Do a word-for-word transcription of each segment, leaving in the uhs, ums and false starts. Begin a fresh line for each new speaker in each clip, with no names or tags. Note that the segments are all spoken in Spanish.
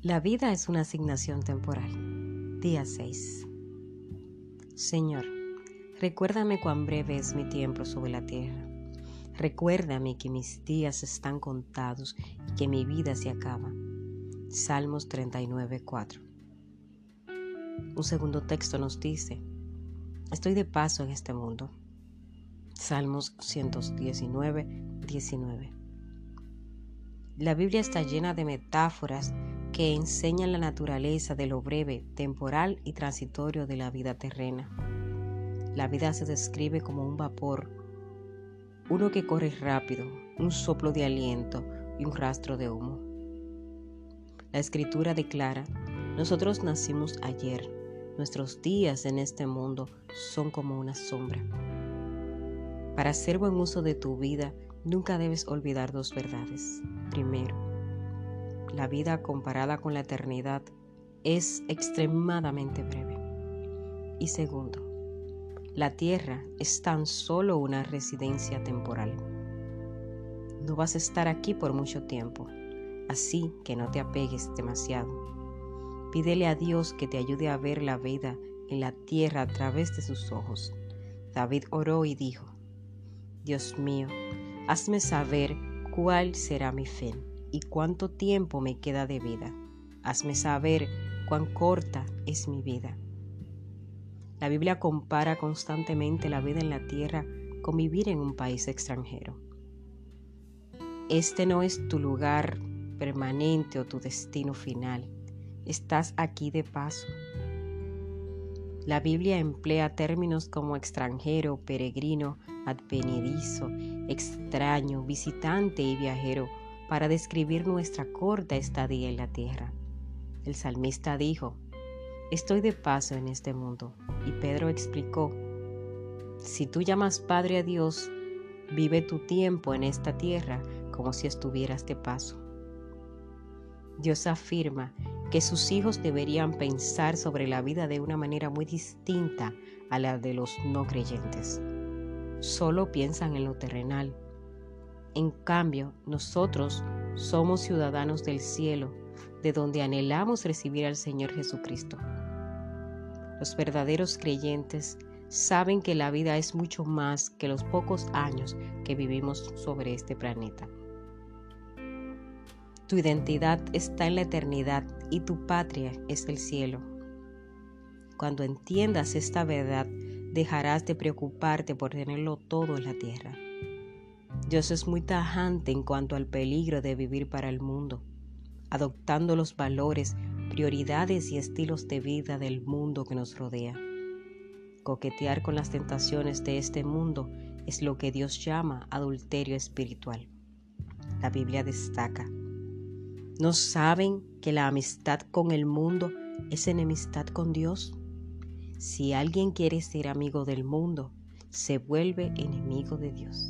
La vida es una asignación temporal. Día seis. Señor, recuérdame cuán breve es mi tiempo sobre la tierra. Recuérdame que mis días están contados y que mi vida se acaba. Salmos treinta y nueve, cuatro. Un segundo texto nos dice: estoy de paso en este mundo. Salmos ciento diecinueve, diecinueve. La Biblia está llena de metáforas que enseñan la naturaleza de lo breve, temporal y transitorio de la vida terrena. La vida se describe como un vapor, uno que corre rápido, un soplo de aliento y un rastro de humo. La Escritura declara: nosotros nacimos ayer, nuestros días en este mundo son como una sombra. Para hacer buen uso de tu vida, nunca debes olvidar dos verdades. Primero, la vida comparada con la eternidad es extremadamente breve. Y segundo, la tierra es tan solo una residencia temporal. No vas a estar aquí por mucho tiempo, así que no te apegues demasiado. Pídele a Dios que te ayude a ver la vida en la tierra a través de sus ojos. David oró y dijo: Dios mío, hazme saber cuál será mi fin y cuánto tiempo me queda de vida. Hazme saber cuán corta es mi vida. La Biblia compara constantemente la vida en la tierra con vivir en un país extranjero. Este no es tu lugar permanente o tu destino final. Estás aquí de paso. La Biblia emplea términos como extranjero, peregrino, advenedizo, extraño, visitante y viajero para describir nuestra corta estadía en la tierra. El salmista dijo: estoy de paso en este mundo. Y Pedro explicó: si tú llamas Padre a Dios, vive tu tiempo en esta tierra como si estuvieras de paso. Dios afirma que sus hijos deberían pensar sobre la vida de una manera muy distinta a la de los no creyentes. Solo piensan en lo terrenal. En cambio, nosotros somos ciudadanos del cielo, de donde anhelamos recibir al Señor Jesucristo. Los verdaderos creyentes saben que la vida es mucho más que los pocos años que vivimos sobre este planeta. Tu identidad está en la eternidad y tu patria es el cielo. Cuando entiendas esta verdad, dejarás de preocuparte por tenerlo todo en la tierra. Dios es muy tajante en cuanto al peligro de vivir para el mundo, adoptando los valores, prioridades y estilos de vida del mundo que nos rodea. Coquetear con las tentaciones de este mundo es lo que Dios llama adulterio espiritual. La Biblia destaca: ¿no saben que la amistad con el mundo es enemistad con Dios? Si alguien quiere ser amigo del mundo, se vuelve enemigo de Dios.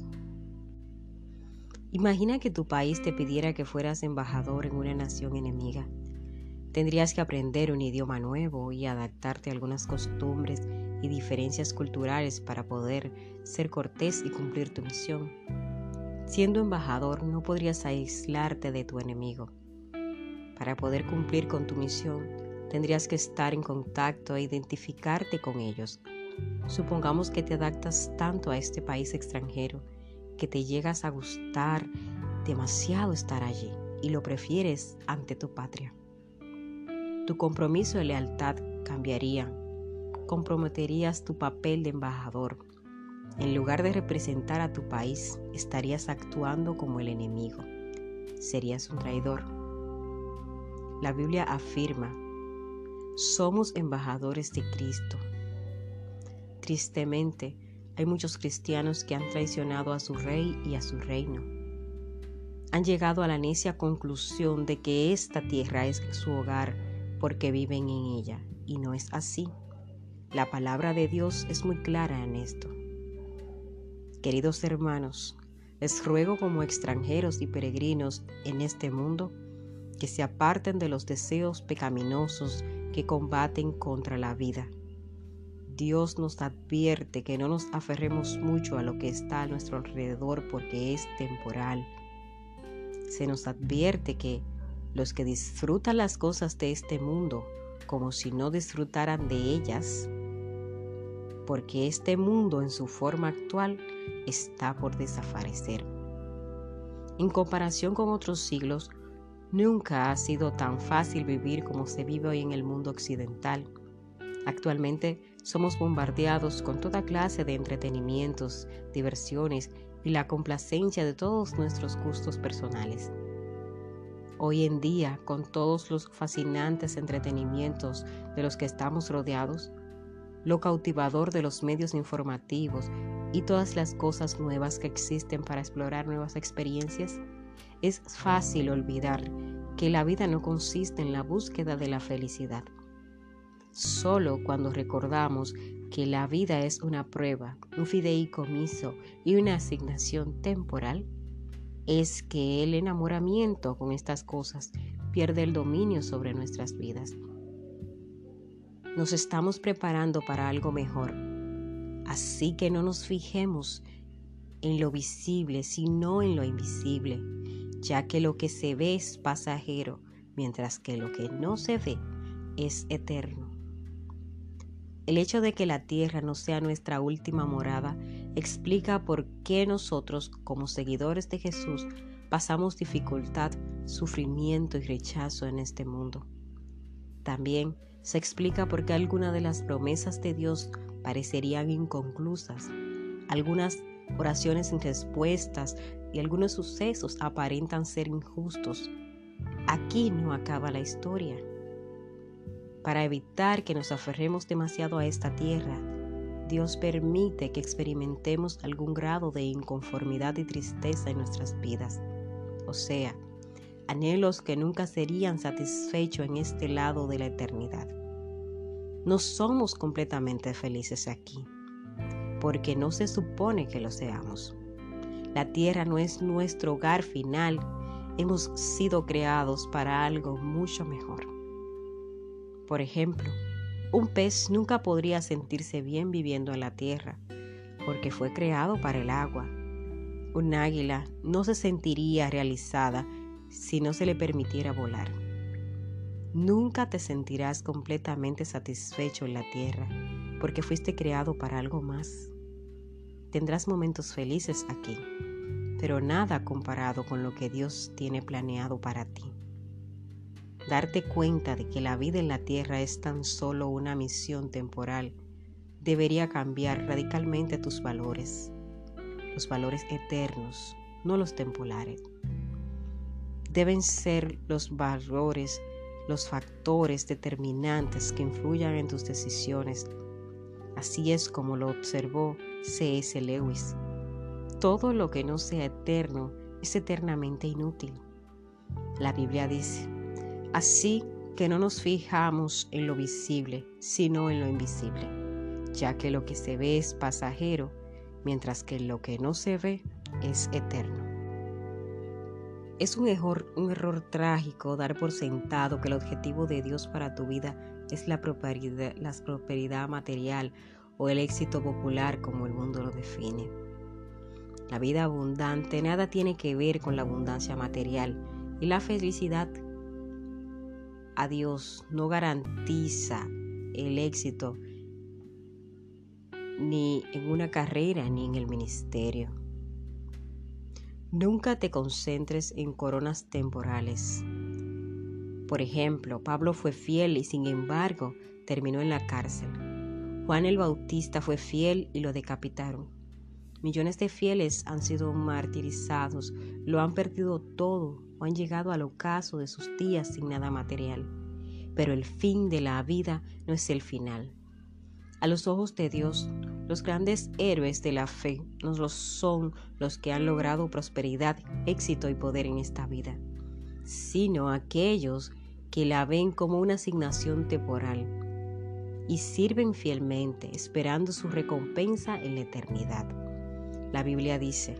Imagina que tu país te pidiera que fueras embajador en una nación enemiga. Tendrías que aprender un idioma nuevo y adaptarte a algunas costumbres y diferencias culturales para poder ser cortés y cumplir tu misión. Siendo embajador, no podrías aislarte de tu enemigo. Para poder cumplir con tu misión, tendrías que estar en contacto e identificarte con ellos. Supongamos que te adaptas tanto a este país extranjero que te llegas a gustar demasiado estar allí y lo prefieres ante tu patria. Tu compromiso y lealtad cambiarían. Comprometerías tu papel de embajador. En lugar de representar a tu país, estarías actuando como el enemigo. Serías un traidor. La Biblia afirma: somos embajadores de Cristo. Tristemente, hay muchos cristianos que han traicionado a su rey y a su reino. Han llegado a la necia conclusión de que esta tierra es su hogar porque viven en ella, y no es así. La palabra de Dios es muy clara en esto. Queridos hermanos, les ruego como extranjeros y peregrinos en este mundo que se aparten de los deseos pecaminosos que combaten contra la vida. Dios nos advierte que no nos aferremos mucho a lo que está a nuestro alrededor porque es temporal. Se nos advierte que Los que disfrutan las cosas de este mundo como si no disfrutaran de ellas, porque este mundo en su forma actual está por desaparecer. En comparación con otros siglos, nunca ha sido tan fácil vivir como se vive hoy en el mundo occidental. Actualmente somos bombardeados con toda clase de entretenimientos, diversiones y la complacencia de todos nuestros gustos personales. Hoy en día, con todos los fascinantes entretenimientos de los que estamos rodeados, lo cautivador de los medios informativos y todas las cosas nuevas que existen para explorar nuevas experiencias, es fácil olvidar que la vida no consiste en la búsqueda de la felicidad. Solo cuando recordamos que la vida es una prueba, un fideicomiso y una asignación temporal, es que el enamoramiento con estas cosas pierde el dominio sobre nuestras vidas. Nos estamos preparando para algo mejor, así que no nos fijemos en lo visible, sino en lo invisible, ya que lo que se ve es pasajero, mientras que lo que no se ve es eterno. El hecho de que la tierra no sea nuestra última morada explica por qué nosotros, como seguidores de Jesús, pasamos dificultad, sufrimiento y rechazo en este mundo. También se explica por qué algunas de las promesas de Dios parecerían inconclusas, algunas oraciones sin respuestas y algunos sucesos aparentan ser injustos. Aquí no acaba la historia. Para evitar que nos aferremos demasiado a esta tierra, Dios permite que experimentemos algún grado de inconformidad y tristeza en nuestras vidas. O sea, anhelos que nunca serían satisfechos en este lado de la eternidad. No somos completamente felices aquí, porque no se supone que lo seamos. La tierra no es nuestro hogar final. Hemos sido creados para algo mucho mejor. Por ejemplo, un pez nunca podría sentirse bien viviendo en la tierra, porque fue creado para el agua. Un águila no se sentiría realizada si no se le permitiera volar. Nunca te sentirás completamente satisfecho en la tierra, porque fuiste creado para algo más. Tendrás momentos felices aquí, pero nada comparado con lo que Dios tiene planeado para ti. Darte cuenta de que la vida en la tierra es tan solo una misión temporal debería cambiar radicalmente tus valores, los valores eternos, no los temporales. Deben ser los valores, los factores determinantes que influyan en tus decisiones. Así es como lo observó C S Lewis. Todo lo que no sea eterno es eternamente inútil. La Biblia dice: así que no nos fijamos en lo visible, sino en lo invisible, ya que lo que se ve es pasajero, mientras que lo que no se ve es eterno. Es un error, un error trágico dar por sentado que el objetivo de Dios para tu vida es la prosperidad, la prosperidad material o el éxito popular como el mundo lo define. La vida abundante nada tiene que ver con la abundancia material y la felicidad a Dios no garantiza el éxito ni en una carrera ni en el ministerio. Nunca te concentres en coronas temporales. Por ejemplo, Pablo fue fiel y sin embargo terminó en la cárcel. Juan el Bautista fue fiel y lo decapitaron. Millones de fieles han sido martirizados, lo han perdido todo o han llegado al ocaso de sus días sin nada material. Pero el fin de la vida no es el final. A los ojos de Dios, los grandes héroes de la fe no lo son los que han logrado prosperidad, éxito y poder en esta vida, sino aquellos que la ven como una asignación temporal y sirven fielmente, esperando su recompensa en la eternidad. La Biblia dice: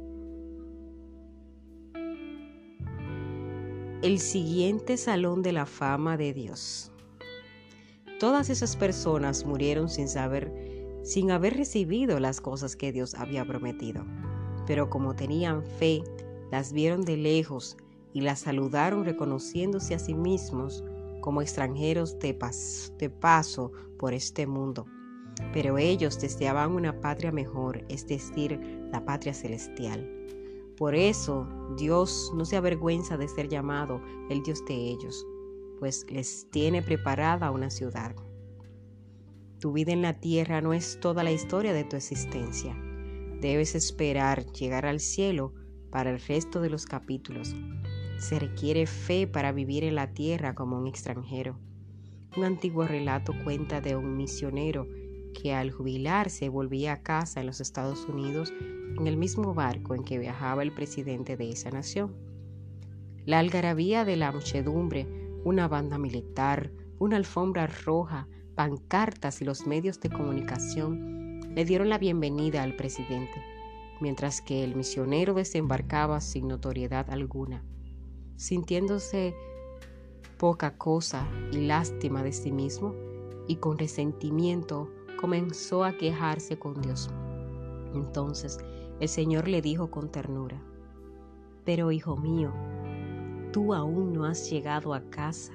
el siguiente salón de la fama de Dios. Todas esas personas murieron sin saber, sin haber recibido las cosas que Dios había prometido. Pero como tenían fe, las vieron de lejos y la saludaron reconociéndose a sí mismos como extranjeros de, pas- de paso por este mundo. Pero ellos deseaban una patria mejor, es decir, la patria celestial. Por eso Dios no se avergüenza de ser llamado el Dios de ellos, pues les tiene preparada una ciudad. Tu vida en la tierra no es toda la historia de tu existencia. Debes esperar llegar al cielo para el resto de los capítulos. Se requiere fe para vivir en la tierra como un extranjero. Un antiguo relato cuenta de un misionero que al jubilarse volvía a casa en los Estados Unidos en el mismo barco en que viajaba el presidente de esa nación. La algarabía de la muchedumbre, una banda militar, una alfombra roja, pancartas y los medios de comunicación le dieron la bienvenida al presidente, mientras que el misionero desembarcaba sin notoriedad alguna, sintiéndose poca cosa y lástima de sí mismo, y con resentimiento comenzó a quejarse con Dios. Entonces el Señor le dijo con ternura: «Pero hijo mío, tú aún no has llegado a casa.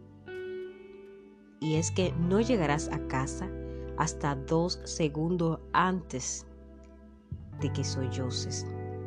Y es que no llegarás a casa hasta dos segundos antes de que solloses».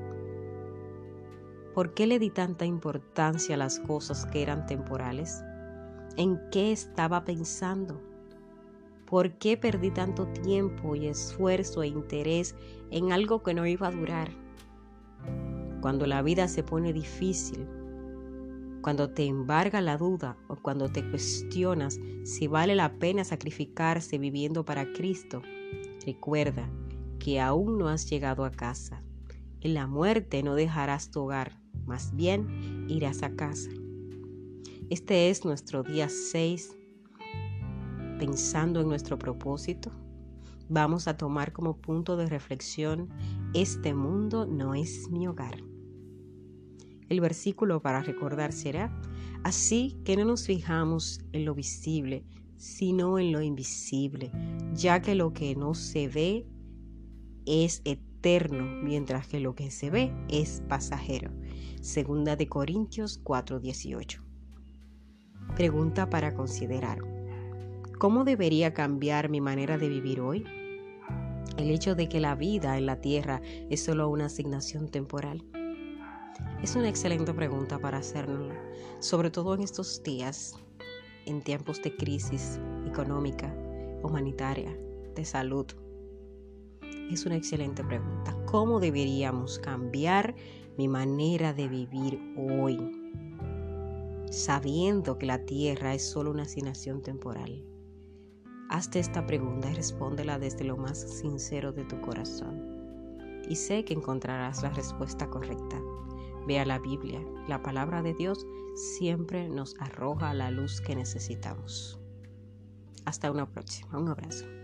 ¿Por qué le di tanta importancia a las cosas que eran temporales? ¿En qué estaba pensando? ¿Por qué perdí tanto tiempo y esfuerzo e interés en algo que no iba a durar? Cuando la vida se pone difícil, cuando te embarga la duda o cuando te cuestionas si vale la pena sacrificarse viviendo para Cristo, recuerda que aún no has llegado a casa. En la muerte no dejarás tu hogar, más bien irás a casa. Este es nuestro día seis. Pensando en nuestro propósito, vamos a tomar como punto de reflexión: este mundo no es mi hogar. El versículo para recordar será: así que no nos fijamos en lo visible, sino en lo invisible, ya que lo que no se ve es eterno, mientras que lo que se ve es pasajero. Segunda de Corintios cuatro dieciocho. Pregunta para considerar: ¿cómo debería cambiar mi manera de vivir hoy? El hecho de que la vida en la tierra es solo una asignación temporal. Es una excelente pregunta para hacernos, sobre todo en estos días, en tiempos de crisis económica, humanitaria, de salud. Es una excelente pregunta. ¿Cómo deberíamos cambiar mi manera de vivir hoy, sabiendo que la tierra es solo una asignación temporal? Hazte esta pregunta y respóndela desde lo más sincero de tu corazón. Y sé que encontrarás la respuesta correcta. Ve a la Biblia. La palabra de Dios siempre nos arroja la luz que necesitamos. Hasta una próxima. Un abrazo.